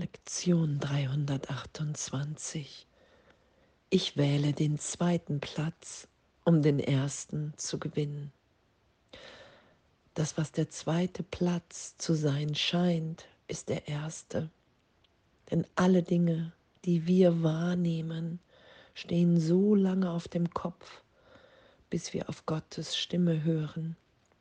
Lektion 328. Ich wähle den zweiten Platz, um den ersten zu gewinnen. Das, was der zweite Platz zu sein scheint, ist der erste. Denn alle Dinge, die wir wahrnehmen, stehen so lange auf dem Kopf, bis wir auf Gottes Stimme hören.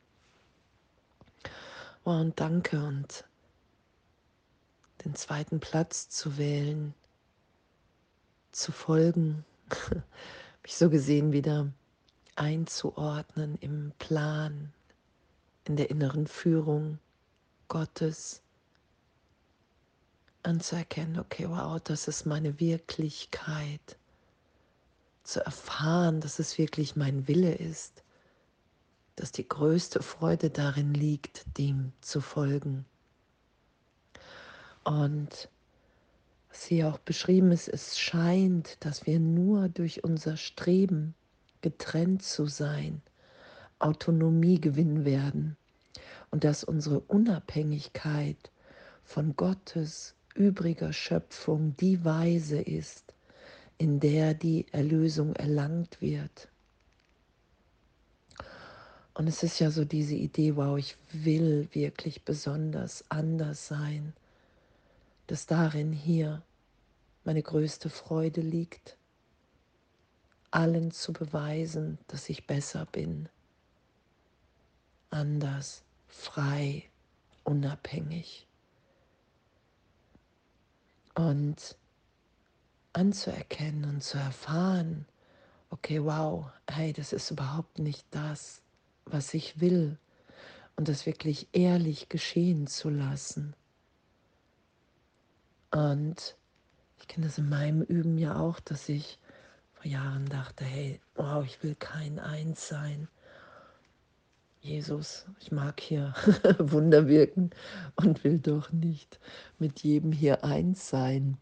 Oh, und danke, und den zweiten Platz zu wählen, zu folgen, mich so gesehen wieder einzuordnen im Plan, in der inneren Führung Gottes, anzuerkennen, okay, wow, das ist meine Wirklichkeit, zu erfahren, dass es wirklich mein Wille ist, dass die größte Freude darin liegt, dem zu folgen. Und was hier auch beschrieben ist, es scheint, dass wir nur durch unser Streben, getrennt zu sein, Autonomie gewinnen werden und dass unsere Unabhängigkeit von Gottes übriger Schöpfung die Weise ist, in der die Erlösung erlangt wird. Und es ist ja so diese Idee, wow, ich will wirklich besonders anders sein, dass darin hier meine größte Freude liegt, allen zu beweisen, dass ich besser bin, anders, frei, unabhängig. Und anzuerkennen und zu erfahren, okay, wow, hey, das ist überhaupt nicht das, was ich will, und das wirklich ehrlich geschehen zu lassen. Und ich kenne das in meinem Üben ja auch, dass ich vor Jahren dachte, hey, wow, ich will kein Eins sein. Jesus, ich mag hier Wunder wirken und will doch nicht mit jedem hier eins sein.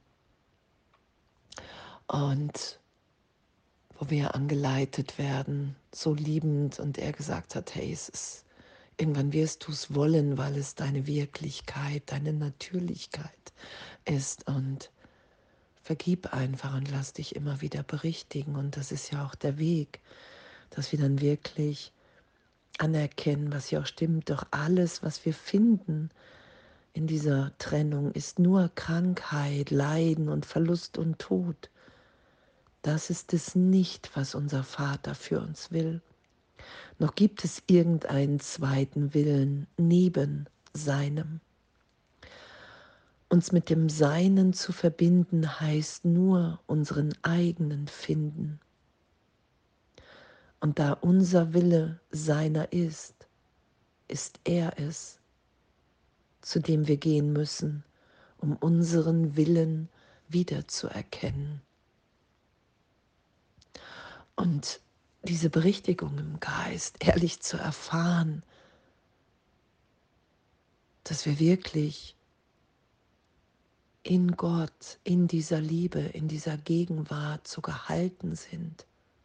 Und wo wir angeleitet werden, so liebend, und er gesagt hat, hey, irgendwann wirst du es wollen, weil es deine Wirklichkeit, deine Natürlichkeit ist, und vergib einfach und lass dich immer wieder berichtigen. Und das ist ja auch der Weg, dass wir dann wirklich anerkennen, was ja auch stimmt, doch alles, was wir finden in dieser Trennung, ist nur Krankheit, Leiden und Verlust und Tod. Das ist es nicht, was unser Vater für uns will. Noch gibt es irgendeinen zweiten Willen neben seinem. Uns mit dem Seinen zu verbinden, heißt nur unseren eigenen finden. Und da unser Wille seiner ist er es, zu dem wir gehen müssen, um unseren Willen wiederzuerkennen. Und diese Berichtigung im Geist, ehrlich zu erfahren, dass wir wirklich in Gott, in dieser Liebe, in dieser Gegenwart so gehalten sind,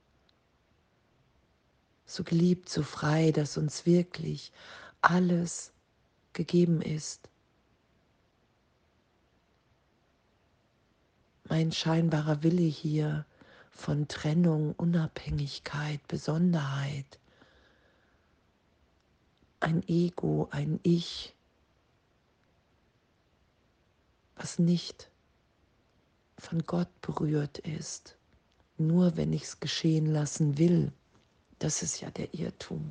so geliebt, so frei, dass uns wirklich alles gegeben ist. Mein scheinbarer Wille hier von Trennung, Unabhängigkeit, Besonderheit, ein Ego, ein Ich, was nicht von Gott berührt ist, nur wenn ich es geschehen lassen will. Das ist ja der Irrtum.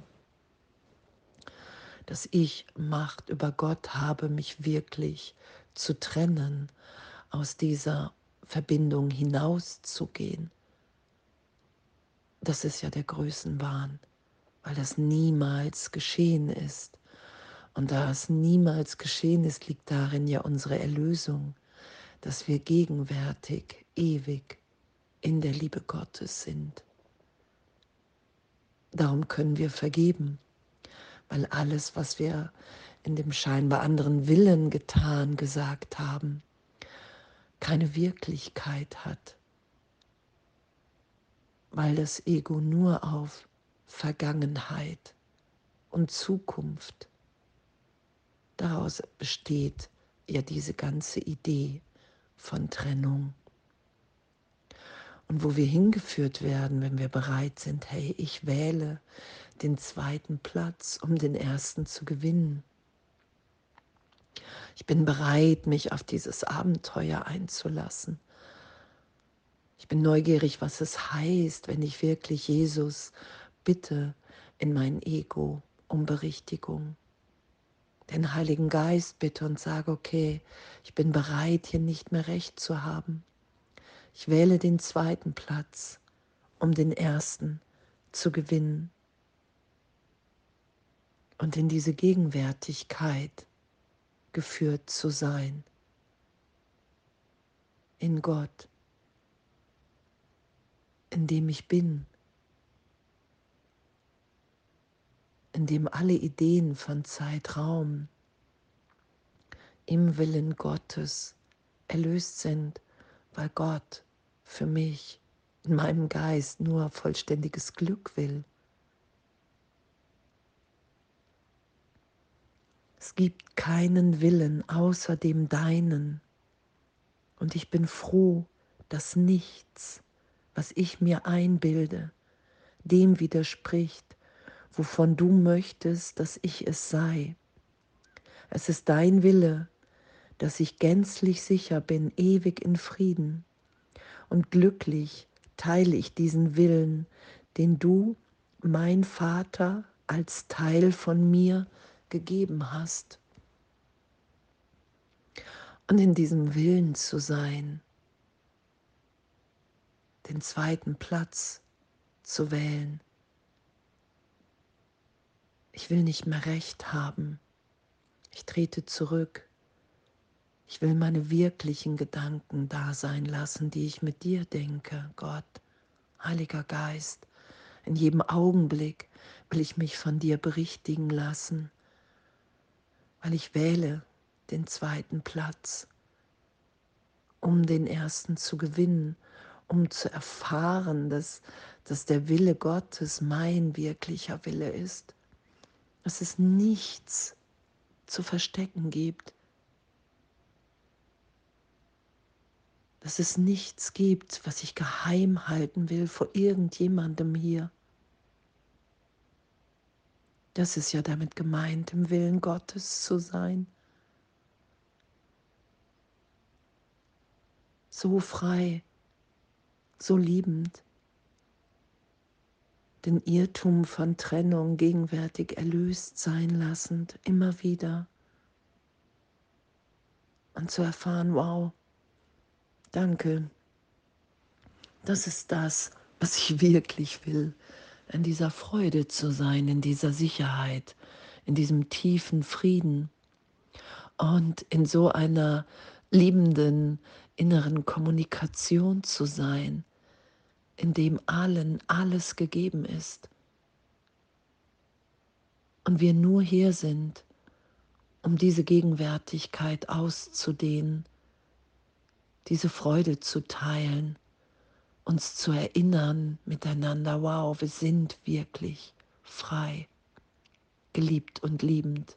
Dass ich Macht über Gott habe, mich wirklich zu trennen, aus dieser Verbindung hinauszugehen. Das ist ja der Größenwahn, weil das niemals geschehen ist. Und da es niemals geschehen ist, liegt darin ja unsere Erlösung, dass wir gegenwärtig, ewig in der Liebe Gottes sind. Darum können wir vergeben, weil alles, was wir in dem scheinbar anderen Willen getan, gesagt haben, keine Wirklichkeit hat, weil das Ego nur auf Vergangenheit und Zukunft, daraus besteht ja diese ganze Idee, von Trennung. Und wo wir hingeführt werden, wenn wir bereit sind, hey, ich wähle den zweiten Platz, um den ersten zu gewinnen. Ich bin bereit, mich auf dieses Abenteuer einzulassen. Ich bin neugierig, was es heißt, wenn ich wirklich Jesus bitte in mein Ego um Berichtigung, den Heiligen Geist bitte und sage, okay, ich bin bereit, hier nicht mehr recht zu haben. Ich wähle den zweiten Platz, um den ersten zu gewinnen und in diese Gegenwärtigkeit geführt zu sein, in Gott, in dem ich bin, in dem alle Ideen von Zeitraum im Willen Gottes erlöst sind, weil Gott für mich in meinem Geist nur vollständiges Glück will. Es gibt keinen Willen außer dem Deinen. Und ich bin froh, dass nichts, was ich mir einbilde, dem widerspricht, wovon du möchtest, dass ich es sei. Es ist dein Wille, dass ich gänzlich sicher bin, ewig in Frieden. Und glücklich teile ich diesen Willen, den du, mein Vater, als Teil von mir gegeben hast. Und in diesem Willen zu sein, den zweiten Platz zu wählen. Ich will nicht mehr Recht haben. Ich trete zurück. Ich will meine wirklichen Gedanken da sein lassen, die ich mit dir denke, Gott, Heiliger Geist. In jedem Augenblick will ich mich von dir berichtigen lassen, weil ich wähle den zweiten Platz, um den ersten zu gewinnen, um zu erfahren, dass der Wille Gottes mein wirklicher Wille ist, dass es nichts zu verstecken gibt, dass es nichts gibt, was ich geheim halten will vor irgendjemandem hier. Das ist ja damit gemeint, im Willen Gottes zu sein. So frei, so liebend, den Irrtum von Trennung gegenwärtig erlöst sein lassend, immer wieder. Und zu erfahren, wow, danke, das ist das, was ich wirklich will. In dieser Freude zu sein, in dieser Sicherheit, in diesem tiefen Frieden und in so einer liebenden inneren Kommunikation zu sein, in dem allen alles gegeben ist und wir nur hier sind, um diese Gegenwärtigkeit auszudehnen, diese Freude zu teilen, uns zu erinnern miteinander, wow, wir sind wirklich frei, geliebt und liebend.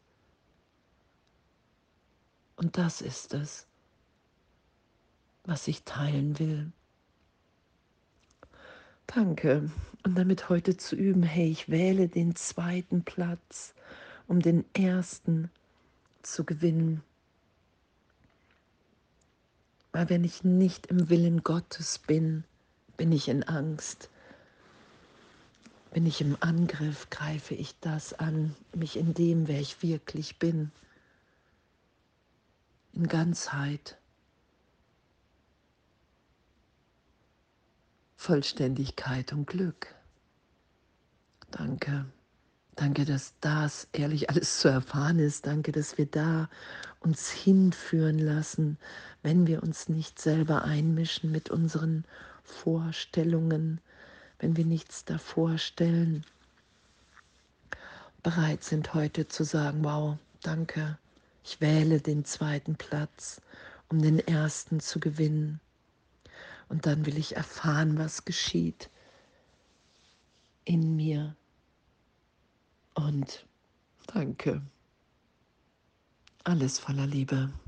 Und das ist es, was ich teilen will. Danke. Und damit heute zu üben, hey, ich wähle den zweiten Platz, um den ersten zu gewinnen. Weil wenn ich nicht im Willen Gottes bin, bin ich in Angst. Bin ich im Angriff, greife ich das an, mich in dem, wer ich wirklich bin, in Ganzheit, Vollständigkeit und Glück. Danke. Danke, dass das ehrlich alles zu erfahren ist. Danke, dass wir da uns hinführen lassen, wenn wir uns nicht selber einmischen mit unseren Vorstellungen, wenn wir nichts davor stellen, bereit sind heute zu sagen, wow, danke, ich wähle den zweiten Platz, um den ersten zu gewinnen. Und dann will ich erfahren, was geschieht in mir. Und danke. Alles voller Liebe.